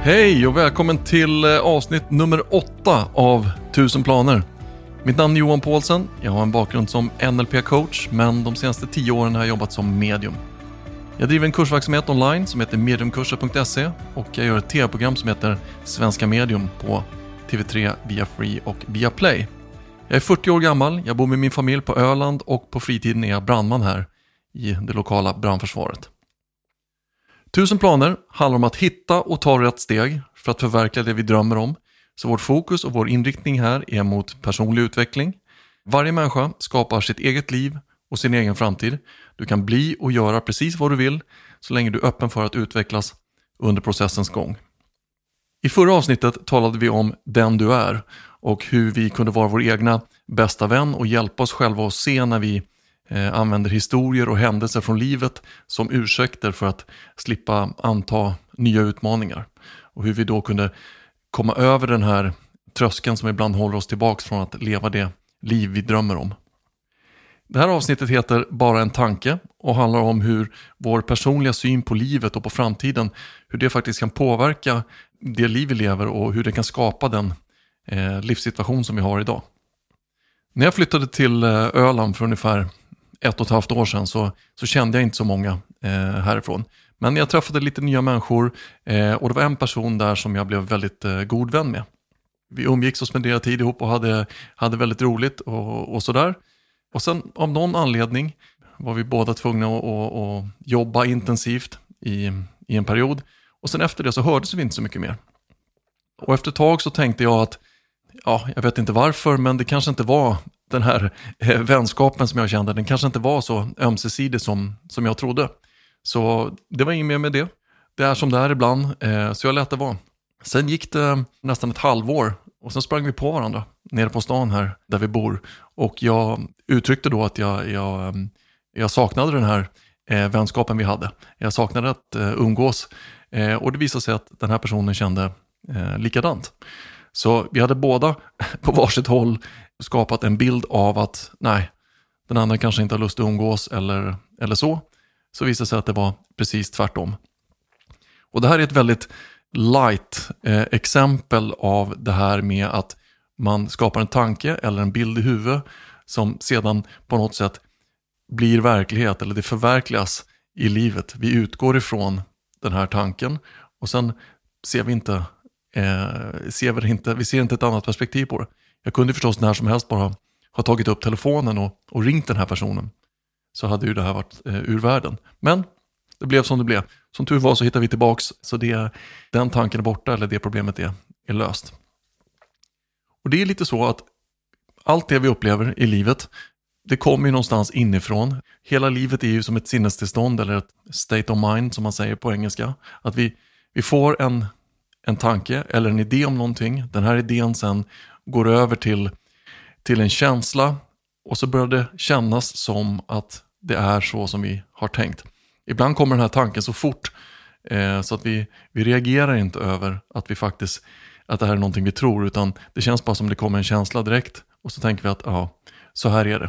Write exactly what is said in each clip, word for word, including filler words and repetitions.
Hej och välkommen till avsnitt nummer åtta av tusen planer. Mitt namn är Johan Paulsen. Jag har en bakgrund som N L P-coach, men de senaste tio åren har jag jobbat som medium. Jag driver en kursverksamhet online som heter mediumkurser punkt se och jag gör ett tv-program som heter Svenska Medium på T V tre, via Free och via Play. Jag är fyrtio år gammal, jag bor med min familj på Öland och på fritiden är jag brandman här i det lokala brandförsvaret. Tusen planer handlar om att hitta och ta rätt steg för att förverkliga det vi drömmer om. Så vårt fokus och vår inriktning här är mot personlig utveckling. Varje människa skapar sitt eget liv och sin egen framtid. Du kan bli och göra precis vad du vill så länge du är öppen för att utvecklas under processens gång. I förra avsnittet talade vi om den du är och hur vi kunde vara vår egna bästa vän och hjälpa oss själva att se när vi eh, använder historier och händelser från livet som ursäkter för att slippa anta nya utmaningar. Och hur vi då kunde komma över den här tröskeln som ibland håller oss tillbaka från att leva det liv vi drömmer om. Det här avsnittet heter Bara en tanke och handlar om hur vår personliga syn på livet och på framtiden, hur det faktiskt kan påverka det liv vi lever och hur det kan skapa den eh, livssituation som vi har idag. När jag flyttade till eh, Öland för ungefär ett och ett halvt år sedan så, så kände jag inte så många eh, härifrån. Men jag träffade lite nya människor eh, och det var en person där som jag blev väldigt eh, god vän med. Vi umgicks och spenderade tid ihop och hade, hade väldigt roligt och, och sådär. Och sen av någon anledning var vi båda tvungna att, att, att jobba intensivt i, i en period. Och sen efter det så hördes vi inte så mycket mer. Och efter ett tag så tänkte jag att, ja, jag vet inte varför, men det kanske inte var den här eh, vänskapen som jag kände. Den kanske inte var så ömsesidig som, som jag trodde. Så det var inget mer med det. Det är som det är ibland, eh, så jag lät det vara. Sen gick det nästan ett halvår och sen sprang vi på varandra nere på stan här där vi bor. Och jag uttryckte då att jag, jag, jag saknade den här eh, vänskapen vi hade. Jag saknade att eh, umgås eh, och det visade sig att den här personen kände eh, likadant. Så vi hade båda på varsitt håll skapat en bild av att nej, den andra kanske inte har lust att umgås eller, eller så. Så visade det sig att det var precis tvärtom. Och det här är ett väldigt light eh, exempel av det här med att man skapar en tanke eller en bild i huvudet som sedan på något sätt blir verklighet eller det förverkligas i livet. Vi utgår ifrån den här tanken och sen ser vi inte, eh, ser vi inte, vi ser inte ett annat perspektiv på det. Jag kunde förstås när som helst bara ha tagit upp telefonen och, och ringt den här personen. Så hade ju det här varit eh, ur världen. Men det blev som det blev. Som tur var så hittade vi tillbaks. Så det, den tanken är borta eller det problemet är, är löst. Och det är lite så att allt det vi upplever i livet, det kommer ju någonstans inifrån. Hela livet är ju som ett sinnestillstånd eller ett state of mind som man säger på engelska. Att vi, vi får en, en tanke eller en idé om någonting. Den här idén sen går över till, till en känsla. Och så börjar det kännas som att det är så som vi har tänkt. Ibland kommer den här tanken så fort eh, så att vi, vi reagerar inte över att vi faktiskt att det här är någonting vi tror, utan det känns bara som det kommer en känsla direkt och så tänker vi att ja, så här är det.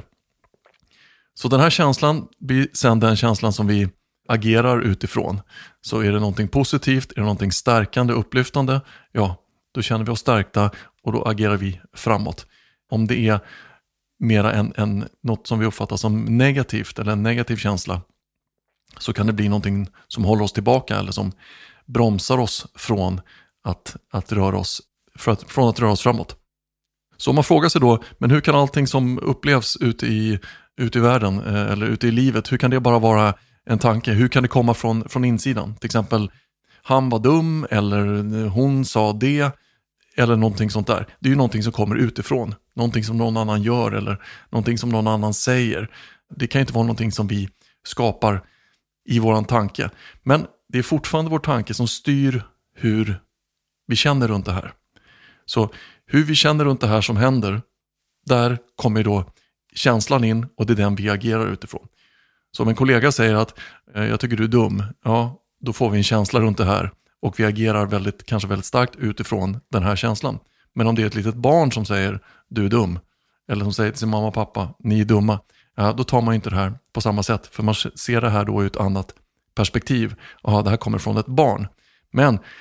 Så den här känslan blir sen den känslan som vi agerar utifrån. Så är det någonting positivt, är det någonting stärkande, upplyftande, ja, då känner vi oss stärkta och då agerar vi framåt. Om det är mera än, än något som vi uppfattar som negativt eller en negativ känsla så kan det bli någonting som håller oss tillbaka eller som bromsar oss från att, att röra oss för att, från att röra oss framåt. Så om man frågar sig då, men hur kan allting som upplevs ute i, ute i världen eh, eller ute i livet, hur kan det bara vara en tanke? Hur kan det komma från, från insidan? Till exempel, han var dum eller hon sa det eller någonting sånt där. Det är ju någonting som kommer utifrån. Någonting som någon annan gör eller någonting som någon annan säger. Det kan ju inte vara någonting som vi skapar i våran tanke. Men det är fortfarande vår tanke som styr hur vi känner runt det här. Så hur vi känner runt det här som händer, där kommer då känslan in och det är den vi agerar utifrån. Så om en kollega säger att eh, jag tycker du är dum, ja, då får vi en känsla runt det här och vi agerar väldigt, kanske väldigt starkt utifrån den här känslan. Men om det är ett litet barn som säger du är dum, eller som säger till sin mamma och pappa ni är dumma, ja, då tar man inte det här på samma sätt, för man ser det här då ur ett annat perspektiv. Ja, det här kommer från ett barn. Men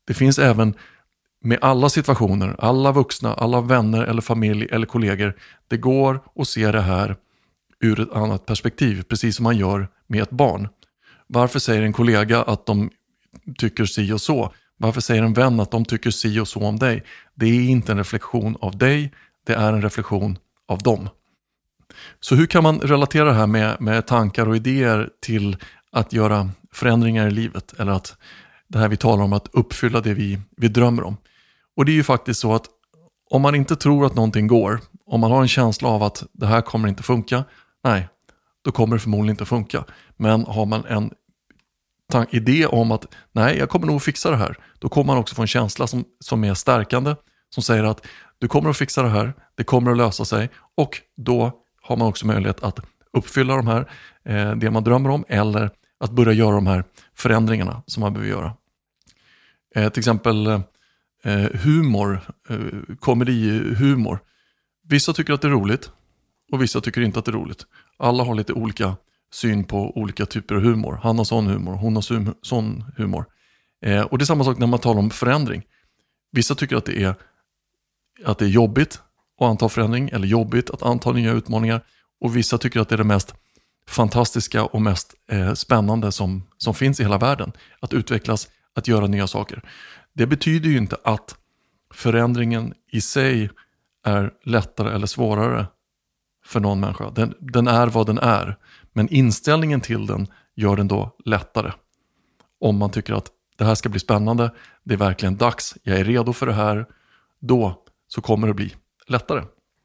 Det finns även med alla situationer, alla vuxna, alla vänner eller familj eller kollegor. Det går att se det här ur ett annat perspektiv, precis som man gör med ett barn. Varför säger en kollega att de tycker si och så? Varför säger en vän att de tycker si och så om dig? Det är inte en reflektion av dig, det är en reflektion av dem. Så hur kan man relatera det här med, med tankar och idéer till att göra förändringar i livet? Eller att det här vi talar om, att uppfylla det vi, vi drömmer om. Och det är ju faktiskt så att om man inte tror att någonting går, om man har en känsla av att det här kommer inte funka, nej, då kommer det förmodligen inte funka. Men har man en tank, idé om att nej, jag kommer nog fixa det här, då kommer man också få en känsla som, som är stärkande, som säger att du kommer att fixa det här, det kommer att lösa sig, och då har man också möjlighet att uppfylla de här, eh, det man drömmer om, eller att börja göra de här förändringarna som man behöver göra. Eh, till exempel eh, humor, eh, komedihumor. Vissa tycker att det är roligt och vissa tycker inte att det är roligt. Alla har lite olika syn på olika typer av humor. Han har sån humor, hon har sum- sån humor. Eh, och det är samma sak när man talar om förändring. Vissa tycker att det är, att det är jobbigt att anta förändring, eller jobbigt att anta nya utmaningar. Och vissa tycker att det är det mest fantastiska och mest eh, spännande som, som finns i hela världen. Att utvecklas, att göra nya saker. Det betyder ju inte att förändringen i sig är lättare eller svårare för någon människa. Den, den är vad den är. Men inställningen till den gör den då lättare. Om man tycker att det här ska bli spännande, det är verkligen dags, jag är redo för det här, då så kommer det bli lättare.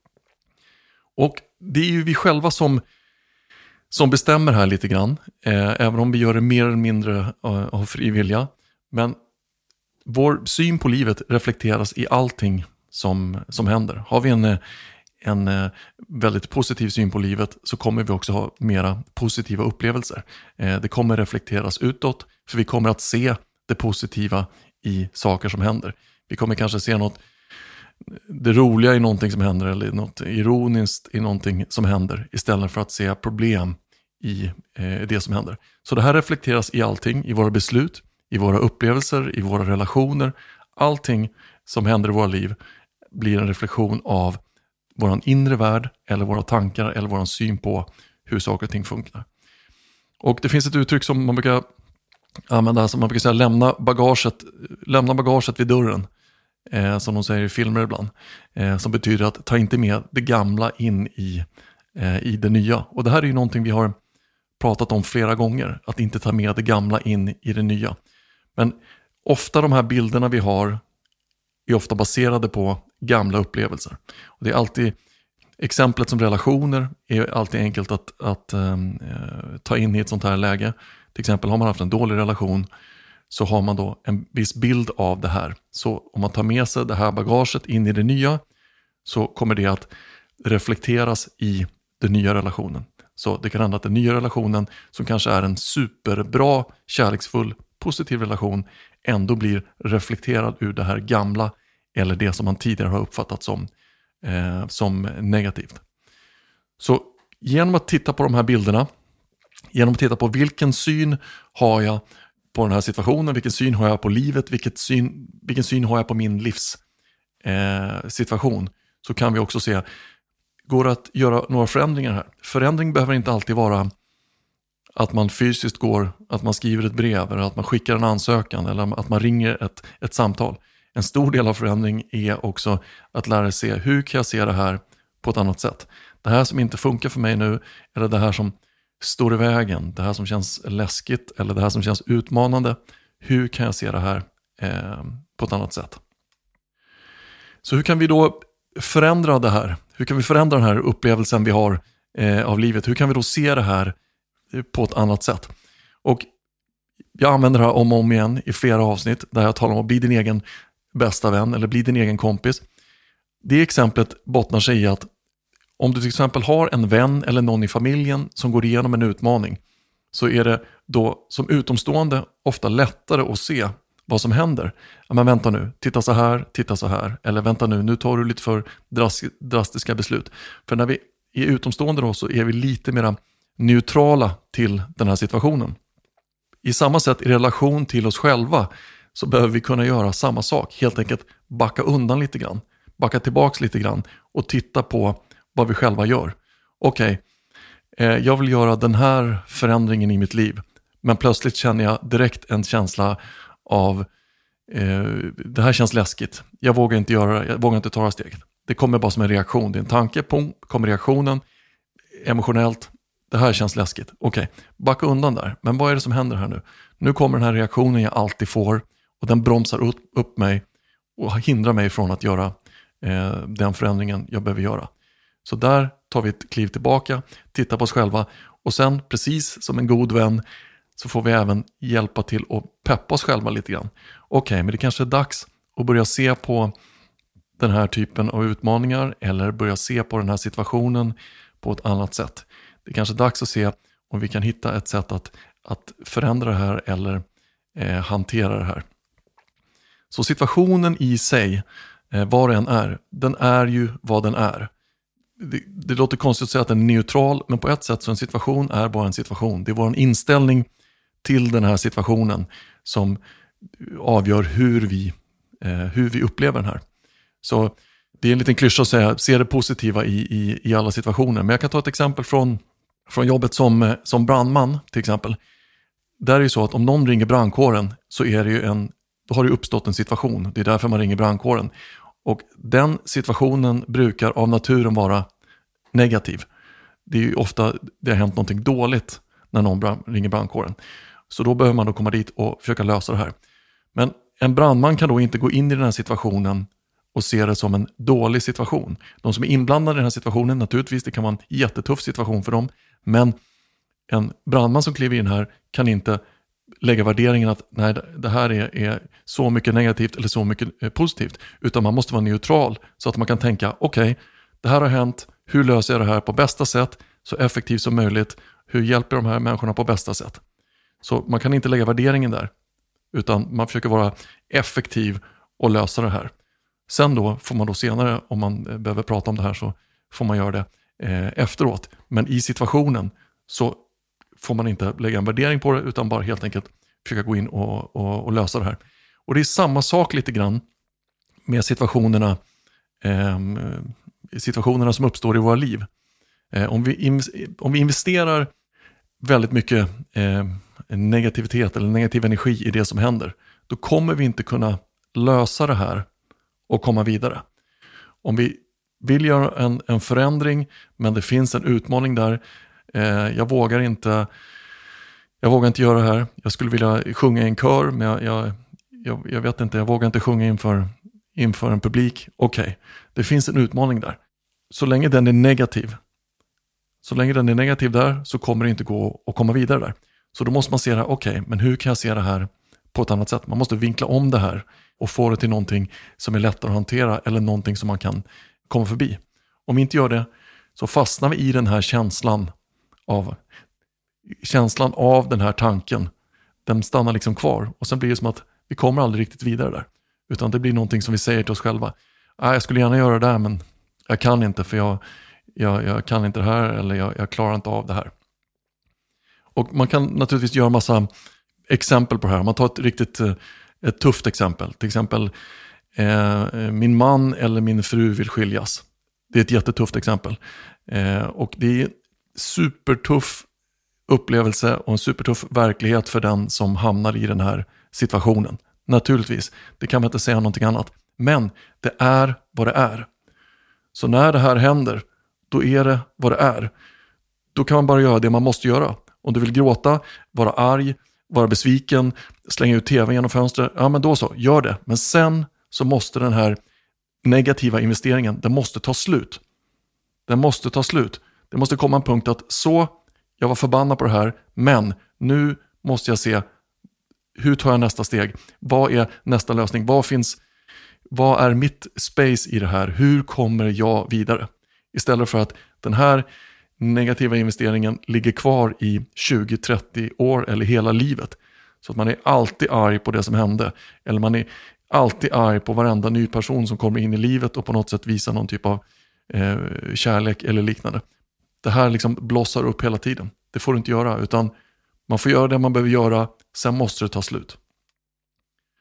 Och det är ju vi själva som, som bestämmer här lite grann, eh, även om vi gör det mer eller mindre eh, av fri vilja. Men vår syn på livet reflekteras i allting som, som händer. Har vi en, en väldigt positiv syn på livet, så kommer vi också ha mera positiva upplevelser. Eh, det kommer reflekteras utåt, för vi kommer att se det positiva i saker som händer. Vi kommer kanske se något, det roliga i någonting som händer, eller något ironiskt i någonting som händer, istället för att se problem i eh, det som händer. Så det här reflekteras i allting, i våra beslut, i våra upplevelser, i våra relationer. Allting som händer i våra liv blir en reflektion av vår inre värld, eller våra tankar, eller vår syn på hur saker och ting funkar. Och det finns ett uttryck som man brukar använda, som man brukar säga, lämna bagaget, lämna bagaget vid dörren. Eh, som de säger i filmer ibland, eh, som betyder att ta inte med det gamla in i, eh, i det nya. Och det här är ju någonting vi har pratat om flera gånger, att inte ta med det gamla in i det nya. Men ofta de här bilderna vi har är ofta baserade på gamla upplevelser. Och det är alltid, exemplet som relationer är alltid enkelt att, att eh, ta in i ett sånt här läge. Till exempel har man haft en dålig relation, så har man då en viss bild av det här. Så om man tar med sig det här bagaget in i det nya, så kommer det att reflekteras i den nya relationen. Så det kan hända att den nya relationen, som kanske är en superbra, kärleksfull, positiv relation, ändå blir reflekterad ur det här gamla, eller det som man tidigare har uppfattat som, eh, som negativt. Så genom att titta på de här bilderna, genom att titta på vilken syn har jag på den här situationen, vilken syn har jag på livet, vilket syn, vilken syn har jag på min livssituation, eh, så kan vi också se, går det att göra några förändringar här. Förändring behöver inte alltid vara att man fysiskt går, att man skriver ett brev, eller att man skickar en ansökan, eller att man ringer ett, ett samtal. En stor del av förändring är också att lära sig, hur kan jag se det här på ett annat sätt. Det här som inte funkar för mig nu, eller det här som står i vägen, det här som känns läskigt, eller det här som känns utmanande, hur kan jag se det här eh, på ett annat sätt? Så hur kan vi då förändra det här? Hur kan vi förändra den här upplevelsen vi har eh, av livet? Hur kan vi då se det här på ett annat sätt? Och jag använder det här om och om igen i flera avsnitt, där jag talar om att bli din egen bästa vän, eller bli din egen kompis. Det exemplet bottnar sig i att om du till exempel har en vän eller någon i familjen som går igenom en utmaning, så är det då som utomstående ofta lättare att se vad som händer. Ja, men vänta nu, titta så här, titta så här. Eller vänta nu, nu tar du lite för drastiska beslut. För när vi är utomstående då, så är vi lite mer neutrala till den här situationen. I samma sätt i relation till oss själva, så behöver vi kunna göra samma sak. Helt enkelt backa undan lite grann. Backa tillbaks lite grann och titta på vad vi själva gör. Okej, okay, eh, jag vill göra den här förändringen i mitt liv. Men plötsligt känner jag direkt en känsla av eh, det här känns läskigt. Jag vågar inte göra, jag vågar inte ta det steget. Det kommer bara som en reaktion. Det är en tanke, pum, kommer reaktionen emotionellt. Det här känns läskigt. Okej, okay, backa undan där. Men vad är det som händer här nu? Nu kommer den här reaktionen jag alltid får och den bromsar upp, upp mig och hindrar mig från att göra eh, den förändringen jag behöver göra. Så där tar vi ett kliv tillbaka, tittar på oss själva och sen precis som en god vän så får vi även hjälpa till att peppa oss själva lite grann. Okej, okay, men det kanske är dags att börja se på den här typen av utmaningar eller börja se på den här situationen på ett annat sätt. Det är kanske dags att se om vi kan hitta ett sätt att, att förändra det här eller eh, hantera det här. Så situationen i sig, eh, vad den är, den är ju vad den är. Det, det låter konstigt att säga att den är neutral, men på ett sätt så en situation är bara en situation. Det är vår inställning till den här situationen som avgör hur vi, eh, hur vi upplever den här. Så det är en liten klyscha att säga, se det positiva i, i, i alla situationer. Men jag kan ta ett exempel från, från jobbet som, som brandman till exempel. Där är det ju så att om någon ringer brandkåren så är det ju en, då har det uppstått en situation. Det är därför man ringer brandkåren. Och den situationen brukar av naturen vara negativ. Det är ju ofta det har hänt någonting dåligt när någon brand, ringer brandkåren. Så då behöver man då komma dit och försöka lösa det här. Men en brandman kan då inte gå in i den här situationen och se det som en dålig situation. De som är inblandade i den här situationen, naturligtvis det kan vara en jättetuff situation för dem. Men en brandman som kliver in här kan inte lägga värderingen att nej, det här är, är så mycket negativt eller så mycket positivt. Utan man måste vara neutral så att man kan tänka, okej, okay, det här har hänt. Hur löser jag det här på bästa sätt? Så effektivt som möjligt. Hur hjälper de här människorna på bästa sätt? Så man kan inte lägga värderingen där. Utan man försöker vara effektiv och lösa det här. Sen då får man då senare, om man behöver prata om det här så får man göra det eh, efteråt. Men i situationen så får man inte lägga en värdering på det utan bara helt enkelt försöka gå in och, och, och lösa det här. Och det är samma sak lite grann med situationerna, eh, situationerna som uppstår i våra liv. Eh, om, vi om vi investerar väldigt mycket eh, negativitet eller negativ energi i det som händer, då kommer vi inte kunna lösa det här och komma vidare. Om vi vill göra en, en förändring men det finns en utmaning där, eh, jag vågar inte jag vågar inte göra det här, jag skulle vilja sjunga i en kör men jag, jag, jag, jag vet inte, jag vågar inte sjunga inför, inför en publik. Okej, okay. Det finns en utmaning där. Så länge den är negativ så länge den är negativ där så kommer det inte gå att komma vidare där. Så då måste man se det här, okej, okay, men hur kan jag se det här på ett annat sätt? Man måste vinkla om det här och få det till någonting som är lättare att hantera eller någonting som man kan komma förbi. Om vi inte gör det så fastnar vi i den här känslan av känslan av den här tanken. Den stannar liksom kvar och sen blir det som att vi kommer aldrig riktigt vidare där. Utan det blir någonting som vi säger till oss själva. Ah, jag skulle gärna göra det där men jag kan inte för jag, jag, jag kan inte det här eller jag, jag klarar inte av det här. Och man kan naturligtvis göra massa exempel på det här. Om man tar ett riktigt ett tufft exempel. Till exempel eh, min man eller min fru vill skiljas. Det är ett jättetufft exempel. Eh, och det är en supertuff upplevelse och en supertuff verklighet för den som hamnar i den här situationen. Naturligtvis, det kan man inte säga någonting annat. Men det är vad det är. Så när det här händer, då är det vad det är. Då kan man bara göra det man måste göra. Om du vill gråta, vara arg, vara besviken, slänga ut tvn genom fönstret, ja men då så, gör det. Men sen så måste den här negativa investeringen, den måste ta slut. Den måste ta slut. Det måste komma en punkt att så, jag var förbannad på det här, men nu måste jag se, hur tar jag nästa steg? Vad är nästa lösning? Vad finns, vad är mitt space i det här? Hur kommer jag vidare? Istället för att den här negativa investeringen ligger kvar i tjugo till trettio år eller hela livet. Så att man är alltid arg på det som hände. Eller man är alltid arg på varenda ny person som kommer in i livet och på något sätt visar någon typ av eh, kärlek eller liknande. Det här liksom blossar upp hela tiden. Det får du inte göra utan man får göra det man behöver göra, sen måste det ta slut.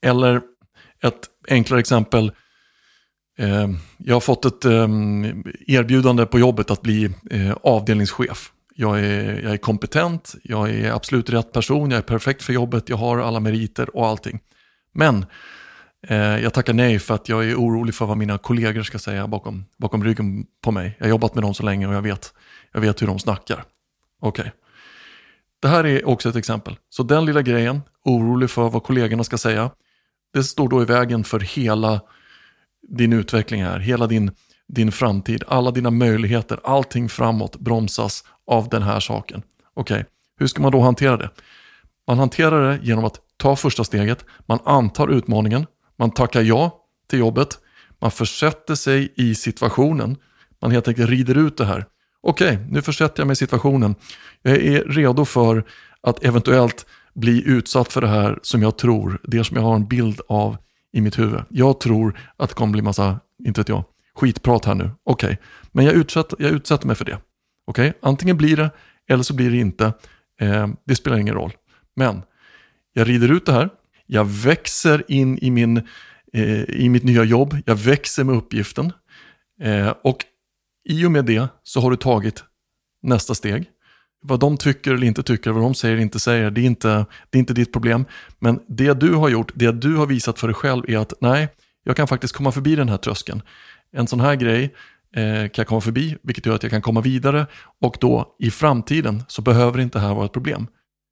Eller ett enklare exempel. Eh, jag har fått ett eh, erbjudande på jobbet att bli eh, avdelningschef. Jag är, jag är kompetent, jag är absolut rätt person, jag är perfekt för jobbet, jag har alla meriter och allting. Men eh, jag tackar nej för att jag är orolig för vad mina kollegor ska säga bakom, bakom ryggen på mig. Jag har jobbat med dem så länge och jag vet, jag vet hur de snackar. Okej. Okay. Det här är också ett exempel. Så den lilla grejen, orolig för vad kollegorna ska säga, det står då i vägen för hela din utveckling här, hela din, din framtid, alla dina möjligheter, allting framåt bromsas av den här saken. Okej, okay. Hur ska man då hantera det? Man hanterar det genom att ta första steget, man antar utmaningen, man tackar ja till jobbet, man försätter sig i situationen, man helt enkelt rider ut det här. Okej, okay, nu försätter jag mig i situationen. Jag är redo för att eventuellt bli utsatt för det här som jag tror, det som jag har en bild av i mitt huvud. Jag tror att det kommer bli massa, inte vet jag, skitprat här nu. Okej, okay. Men jag utsätter, jag utsätter mig för det. Okej, okay? Antingen blir det eller så blir det inte. Eh, det spelar ingen roll. Men jag rider ut det här. Jag växer in i, min, eh, i mitt nya jobb. Jag växer med uppgiften. Eh, och i och med det så har du tagit nästa steg. Vad de tycker eller inte tycker, vad de säger eller inte säger, det är inte, det är inte ditt problem. Men det du har gjort, det du har visat för dig själv är att nej, jag kan faktiskt komma förbi den här tröskeln. En sån här grej eh, kan jag komma förbi, vilket gör att jag kan komma vidare. Och då i framtiden så behöver inte det här vara ett problem.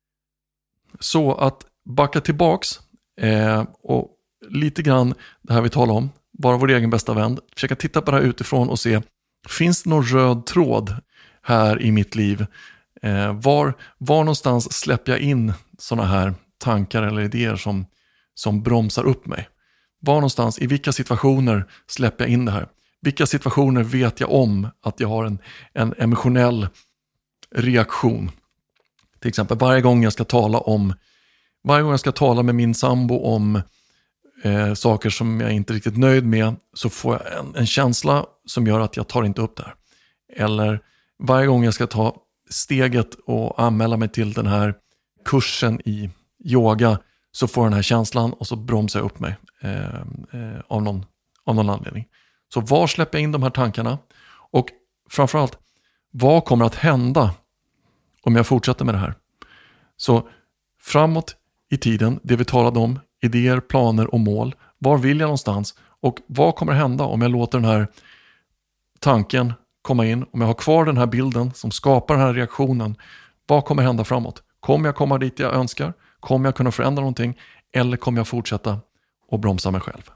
Så att backa tillbaks eh, och lite grann det här vi talar om, vara vår egen bästa vän. Försöka titta på det här utifrån och se, finns det någon röd tråd här i mitt liv? Eh, var, var någonstans släpper jag in såna här tankar eller idéer som, som bromsar upp mig? Var någonstans, i vilka situationer släpper jag in det här? Vilka situationer vet jag om att jag har en, en emotionell reaktion? Till exempel varje gång jag ska tala om varje gång jag ska tala med min sambo om eh, saker som jag inte är riktigt nöjd med, så får jag en, en känsla som gör att jag tar inte upp det här. Eller varje gång jag ska ta steget och anmäla mig till den här kursen i yoga, så får jag den här känslan och så bromsar jag upp mig eh, eh, av, någon, av någon anledning. Så var släpper jag in de här tankarna? Och framförallt, vad kommer att hända om jag fortsätter med det här? Så framåt i tiden, det vi talade om, idéer, planer och mål. Var vill jag någonstans? Och vad kommer att hända om jag låter den här tanken komma in? Om jag har kvar den här bilden som skapar den här reaktionen, vad kommer hända framåt? Kommer jag komma dit jag önskar? Kommer jag kunna förändra någonting? Eller kommer jag fortsätta och bromsa mig själv?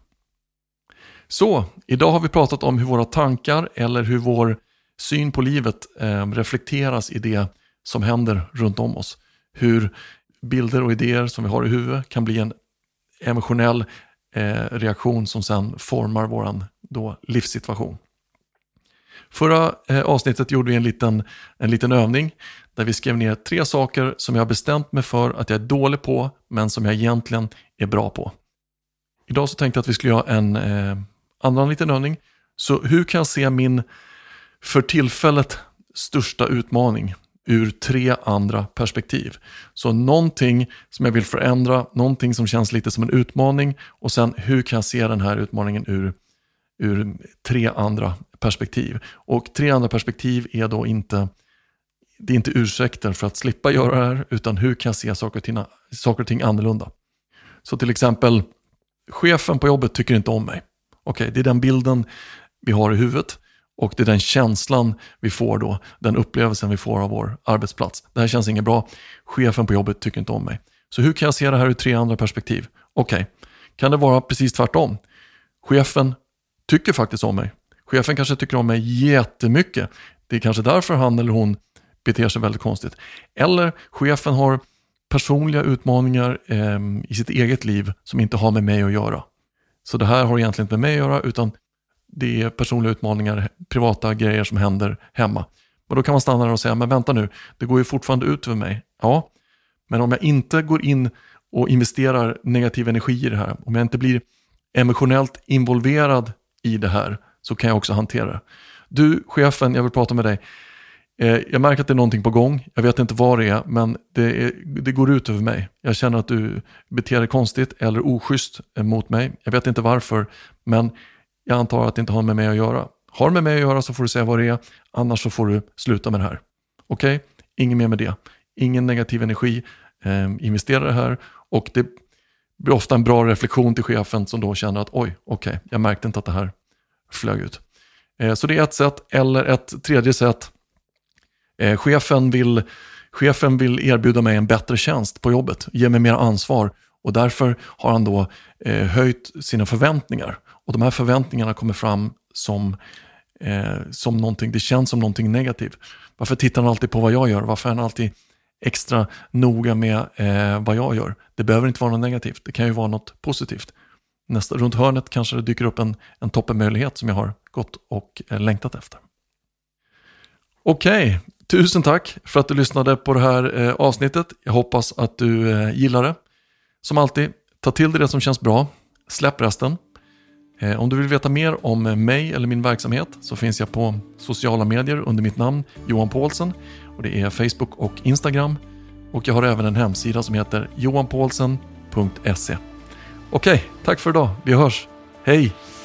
Så, idag har vi pratat om hur våra tankar eller hur vår syn på livet eh, reflekteras i det som händer runt om oss. Hur bilder och idéer som vi har i huvudet kan bli en emotionell eh, reaktion som sen formar våran då livssituation. Förra eh, avsnittet gjorde vi en liten, en liten övning där vi skrev ner tre saker som jag har bestämt mig för att jag är dålig på, men som jag egentligen är bra på. Idag så tänkte jag att vi skulle göra en eh, annan liten övning. Så hur kan jag se min för tillfället största utmaning ur tre andra perspektiv? Så någonting som jag vill förändra, någonting som känns lite som en utmaning, och sen hur kan jag se den här utmaningen ur, ur tre andra perspektiv? Och tre andra perspektiv är då inte, det är inte ursäkter för att slippa göra det här, utan hur kan jag se saker och ting, saker och ting annorlunda? Så till exempel, chefen på jobbet tycker inte om mig. Okej, okay, det är den bilden vi har i huvudet. Och det är den känslan vi får då, den upplevelsen vi får av vår arbetsplats. Det här känns inget bra. Chefen på jobbet tycker inte om mig. Så hur kan jag se det här ur tre andra perspektiv? Okej, okay. Kan det vara precis tvärtom? Chefen tycker faktiskt om mig. Chefen kanske tycker om mig jättemycket. Det är kanske därför han eller hon beter sig väldigt konstigt. Eller chefen har personliga utmaningar eh, i sitt eget liv som inte har med mig att göra. Så det här har egentligen inte med mig att göra, utan det är personliga utmaningar, privata grejer som händer hemma. Och då kan man stanna där och säga, men vänta nu, det går ju fortfarande ut över mig. Ja, men om jag inte går in och investerar negativ energi i det här, om jag inte blir emotionellt involverad i det här, så kan jag också hantera det. Du, chefen, jag vill prata med dig. Eh, jag märker att det är någonting på gång. Jag vet inte vad det är, men det, är, det går ut över mig. Jag känner att du beter dig konstigt eller oschysst mot mig. Jag vet inte varför, men jag antar att det inte har med mig att göra. Har med mig att göra så får du säga vad det är, annars så får du sluta med det här. Okej? Okay? Ingen mer med det. Ingen negativ energi. Eh, investera det här, och det blir ofta en bra reflektion till chefen som då känner att oj, okej, okay, jag märkte inte att det här flög ut. Eh, så det är ett sätt, eller ett tredje sätt. Eh, chefen, vill, chefen vill erbjuda mig en bättre tjänst på jobbet, ge mig mer ansvar, och därför har han då eh, höjt sina förväntningar. Och de här förväntningarna kommer fram som, eh, som någonting, det känns som någonting negativt. Varför tittar han alltid på vad jag gör? Varför är han alltid extra noga med eh, vad jag gör? Det behöver inte vara något negativt, det kan ju vara något positivt. Nästa, runt hörnet kanske det dyker upp en, en toppenmöjlighet som jag har gått och eh, längtat efter. Okej, okay. Tusen tack för att du lyssnade på det här eh, avsnittet. Jag hoppas att du eh, gillar det. Som alltid, ta till dig det som känns bra. Släpp resten. Eh, om du vill veta mer om mig eller min verksamhet så finns jag på sociala medier under mitt namn Johan Paulsen. Och det är Facebook och Instagram. Och jag har även en hemsida som heter johan paulsen punkt se. Okej, tack för idag. Vi hörs. Hej!